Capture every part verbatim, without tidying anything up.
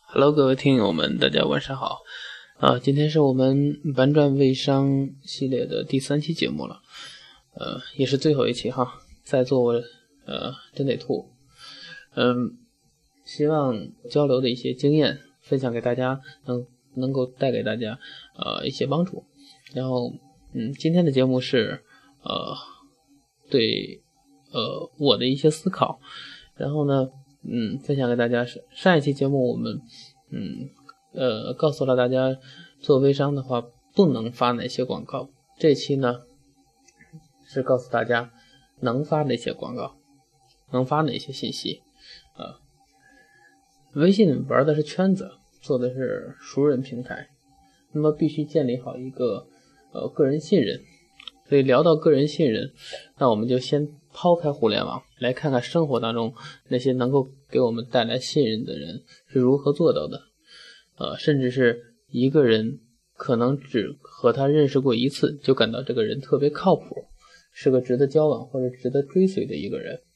Hello， 各位听友们，大家晚上好。啊，今天是我们玩转微商系列的第三期节目了，呃，也是最后一期哈。在做我呃真得吐，嗯，希望交流的一些经验分享给大家，能能够带给大家呃一些帮助。然后，嗯，今天的节目是呃对呃我的一些思考，然后呢。嗯，分享给大家是上一期节目我们嗯呃告诉了大家做微商的话不能发哪些广告，这期呢是告诉大家能发哪些广告，能发哪些信息啊。微信玩的是圈子，做的是熟人平台，那么必须建立好一个呃个人信任。所以聊到个人信任，那我们就先抛开互联网，来看看生活当中那些能够给我们带来信任的人是如何做到的。呃，甚至是一个人可能只和他认识过一次，就感到这个人特别靠谱，是个值得交往或者值得追随的一个人。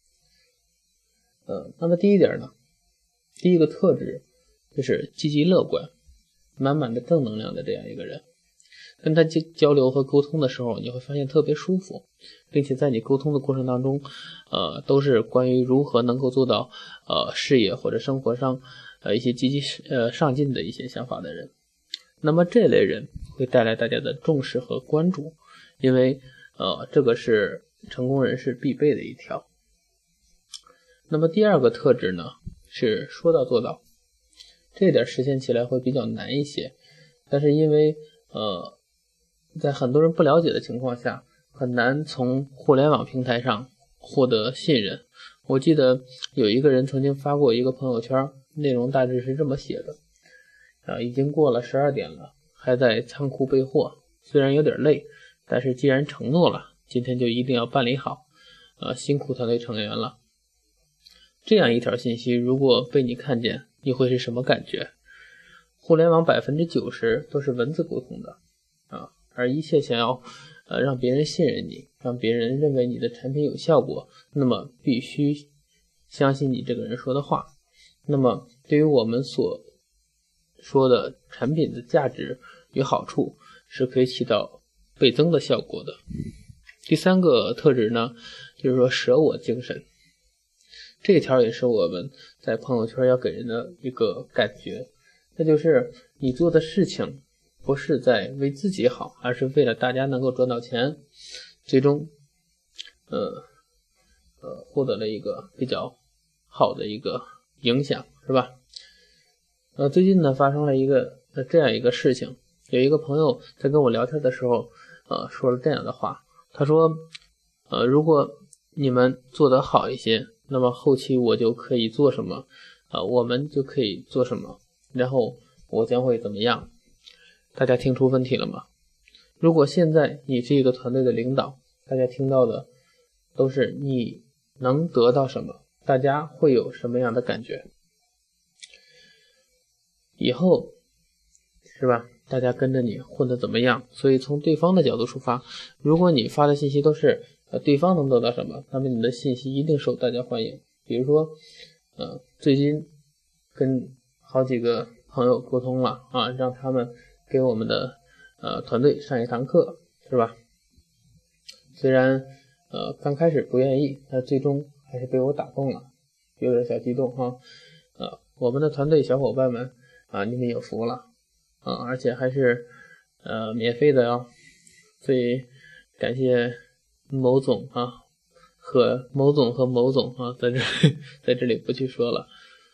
呃，那么第一点呢，第一个特质就是积极乐观，满满的正能量的这样一个人。跟他交流和沟通的时候，你会发现特别舒服，并且在你沟通的过程当中，呃，都是关于如何能够做到呃事业或者生活上呃一些积极呃上进的一些想法的人。那么这类人会带来大家的重视和关注，因为呃这个是成功人士必备的一条。那么第二个特质呢，是说到做到，这点实现起来会比较难一些，但是因为呃。在很多人不了解的情况下，很难从互联网平台上获得信任。我记得有一个人曾经发过一个朋友圈，内容大致是这么写的：啊，已经过了十二点了，还在仓库备货，虽然有点累，但是既然承诺了，今天就一定要办理好。啊，辛苦团队成员了。这样一条信息如果被你看见，你会是什么感觉？互联网 百分之九十 都是文字沟通的啊。而一切想要呃让别人信任你，让别人认为你的产品有效果，那么必须相信你这个人说的话。那么对于我们所说的产品的价值与好处是可以起到倍增的效果的。第三个特质呢，就是说舍我精神。这一条也是我们在朋友圈要给人的一个感觉，那就是你做的事情不是在为自己好，而是为了大家能够赚到钱，最终呃呃获得了一个比较好的一个影响，是吧？呃最近呢发生了一个呃这样一个事情，有一个朋友在跟我聊天的时候呃说了这样的话，他说呃如果你们做得好一些，那么后期我就可以做什么，呃我们就可以做什么，然后我将会怎么样。大家听出问题了吗？如果现在你是一个团队的领导，大家听到的都是你能得到什么，大家会有什么样的感觉？以后是吧？大家跟着你混得怎么样？所以从对方的角度出发，如果你发的信息都是呃对方能得到什么，那么你的信息一定受大家欢迎。比如说呃最近跟好几个朋友沟通了啊，让他们给我们的呃团队上一堂课，是吧？虽然呃刚开始不愿意，但最终还是被我打动了，有点小激动哈。呃我们的团队小伙伴们啊，你们有福了啊，而且还是呃免费的哦，所以感谢某总啊和某总和某总啊，在这里在这里不去说了。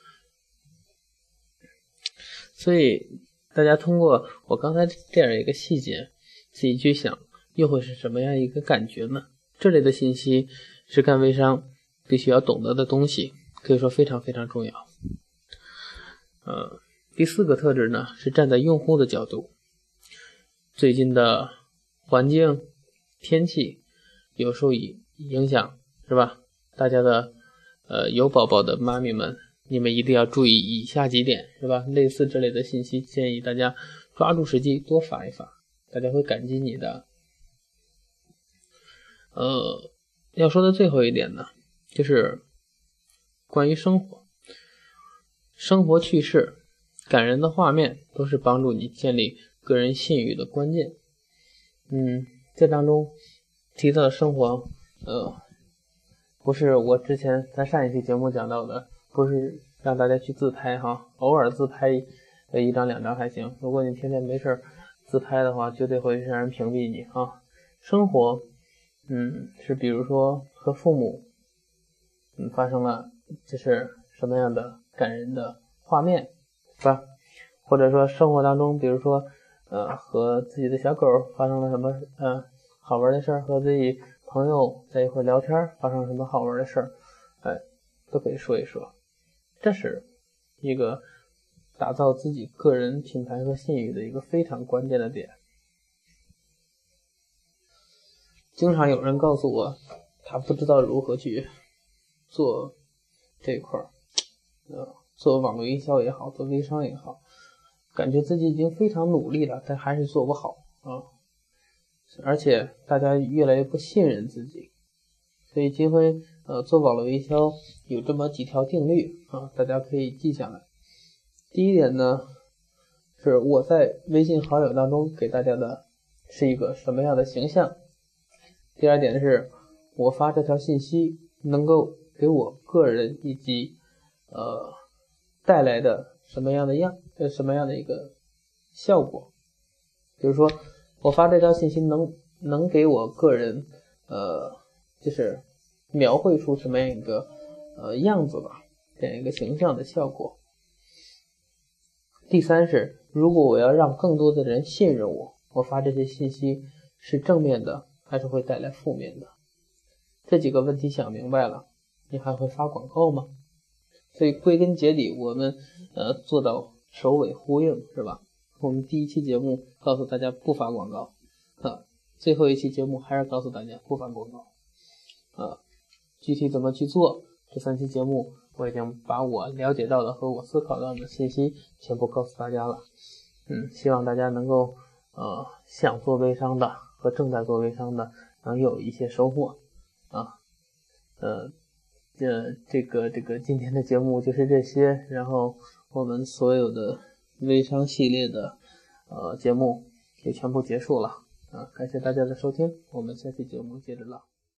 所以大家通过我刚才这样一个细节，自己去想，又会是什么样一个感觉呢？这类的信息是干微商必须要懂得的东西，可以说非常非常重要。呃，第四个特质呢，是站在用户的角度。最近的环境、天气有受影响，是吧？大家的呃有宝宝的妈咪们，你们一定要注意以下几点，是吧？类似这类的信息，建议大家抓住时机多发一发，大家会感激你的。呃，要说的最后一点呢，就是关于生活，生活趣事感人的画面都是帮助你建立个人信誉的关键。嗯，这当中提到的生活，呃，不是我之前在上一期节目讲到的，不是让大家去自拍哈，偶尔自拍呃一张两张还行，如果你天天没事自拍的话，绝对会让人屏蔽你哈。生活，嗯，是比如说和父母，嗯，发生了就是什么样的感人的画面，是吧？或者说生活当中，比如说呃和自己的小狗发生了什么呃好玩的事儿，和自己朋友在一块聊天发生了什么好玩的事儿，哎，都可以说一说。这是一个打造自己个人品牌和信誉的一个非常关键的点。经常有人告诉我，他不知道如何去做这块儿，呃，做网络营销也好，做微商也好，感觉自己已经非常努力了，但还是做不好啊。而且大家越来越不信任自己，所以今回呃做网络营销有这么几条定律啊，大家可以记下来。第一点呢，是我在微信好友当中给大家的是一个什么样的形象。第二点是我发这条信息能够给我个人以及呃带来的什么样的样呃什么样的一个效果。比如说我发这条信息能能给我个人呃就是描绘出什么样一个呃样子吧，这样一个形象的效果。第三是如果我要让更多的人信任我，我发这些信息是正面的还是会带来负面的。这几个问题想明白了，你还会发广告吗？所以归根结底我们呃做到首尾呼应，是吧？我们第一期节目告诉大家不发广告啊，最后一期节目还是告诉大家不发广告啊。具体怎么去做，这三期节目我已经把我了解到的和我思考到的信息全部告诉大家了。嗯，希望大家能够呃想做微商的和正在做微商的能有一些收获啊。呃这这个这个今天的节目就是这些，然后我们所有的微商系列的呃节目也全部结束了啊，感谢大家的收听，我们下期节目接着唠。